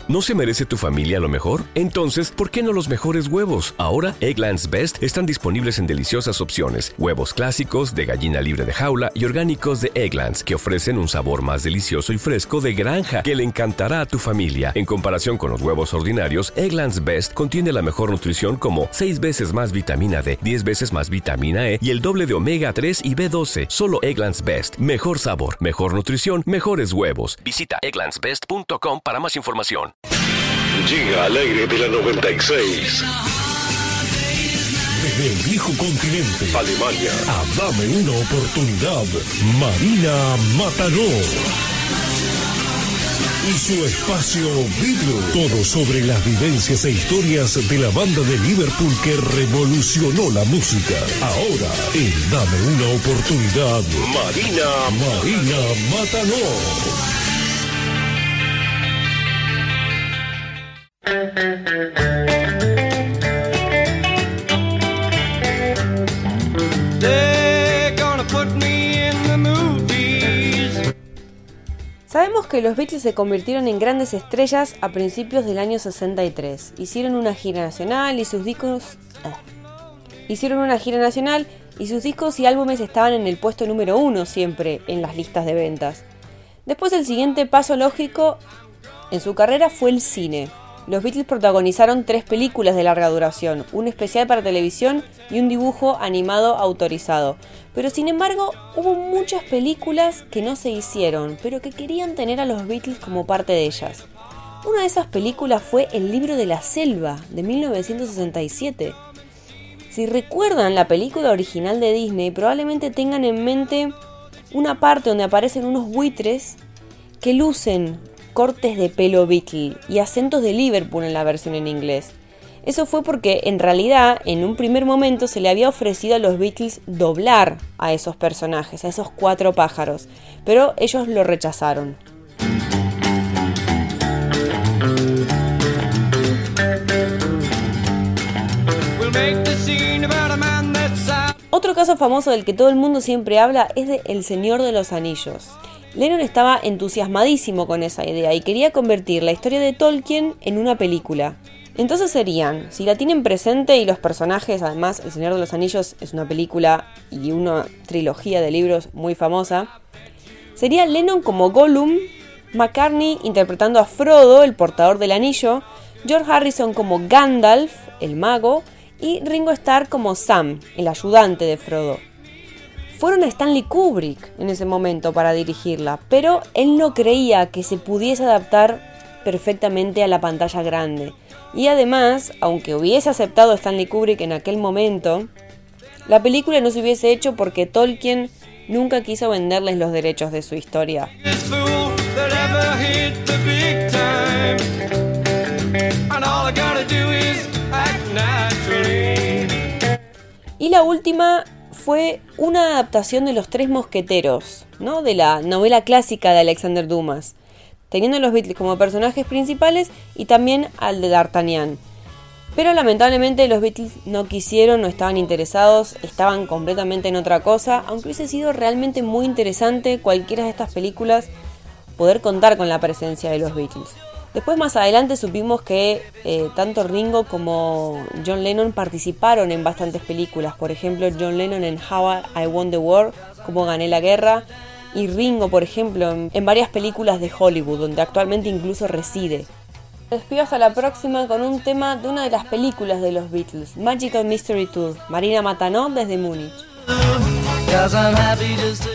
¿No se merece tu familia lo mejor? Entonces, ¿por qué no los mejores huevos? Ahora, Eggland's Best están disponibles en deliciosas opciones. Huevos clásicos, de gallina libre de jaula y orgánicos de Eggland's, que ofrecen un sabor más delicioso y fresco de granja que le encantará a tu familia. En comparación con los huevos ordinarios, Eggland's Best contiene la mejor nutrición como 6 veces más vitamina D, 10 veces más vitamina E y el doble de omega 3 y B12. Solo Eggland's Best. Mejor sabor, mejor nutrición, mejores huevos. Visita egglandsbest.com para más información. Llega al aire de la 96. Desde el viejo continente, Alemania. a Dame una oportunidad, Marina Mataró. Y su espacio Beatles. Todo sobre las vivencias e historias de la banda de Liverpool que revolucionó la música. Ahora, en Dame una oportunidad, Marina Mataró. Sabemos que los Beatles se convirtieron en grandes estrellas a principios del año 63. Hicieron una gira nacional y sus discos y álbumes estaban en el puesto número 1 siempre en las listas de ventas. Después, el siguiente paso lógico en su carrera fue el cine. Los Beatles protagonizaron 3 películas de larga duración, un especial para televisión y un dibujo animado autorizado. Pero sin embargo, hubo muchas películas que no se hicieron, pero que querían tener a los Beatles como parte de ellas. Una de esas películas fue El libro de la selva, de 1967. Si recuerdan la película original de Disney, probablemente tengan en mente una parte donde aparecen unos buitres que lucen cortes de pelo Beatle y acentos de Liverpool en la versión en inglés. Eso fue porque en realidad en un primer momento se le había ofrecido a los Beatles doblar a esos personajes, a esos 4 pájaros, pero ellos lo rechazaron. Otro caso famoso del que todo el mundo siempre habla es de El Señor de los Anillos. Lennon estaba entusiasmadísimo con esa idea y quería convertir la historia de Tolkien en una película. Entonces serían, si la tienen presente y los personajes, además El Señor de los Anillos es una película y una trilogía de libros muy famosa, sería Lennon como Gollum, McCartney interpretando a Frodo, el portador del anillo, George Harrison como Gandalf, el mago, y Ringo Starr como Sam, el ayudante de Frodo. Fueron a Stanley Kubrick en ese momento para dirigirla, pero él no creía que se pudiese adaptar perfectamente a la pantalla grande. Y además, aunque hubiese aceptado Stanley Kubrick en aquel momento, la película no se hubiese hecho porque Tolkien nunca quiso venderles los derechos de su historia. Y la última fue una adaptación de Los Tres Mosqueteros, ¿no? De la novela clásica de Alexander Dumas, teniendo a los Beatles como personajes principales y también al de D'Artagnan. Pero lamentablemente los Beatles no quisieron, no estaban interesados, estaban completamente en otra cosa, aunque hubiese sido realmente muy interesante cualquiera de estas películas poder contar con la presencia de los Beatles. Después, más adelante, supimos que tanto Ringo como John Lennon participaron en bastantes películas. Por ejemplo, John Lennon en How I Won the War, Cómo gané la guerra, y Ringo, por ejemplo, en varias películas de Hollywood, donde actualmente incluso reside. Me despido hasta la próxima con un tema de una de las películas de los Beatles, Magical Mystery Tour, Marina Mataró desde Múnich.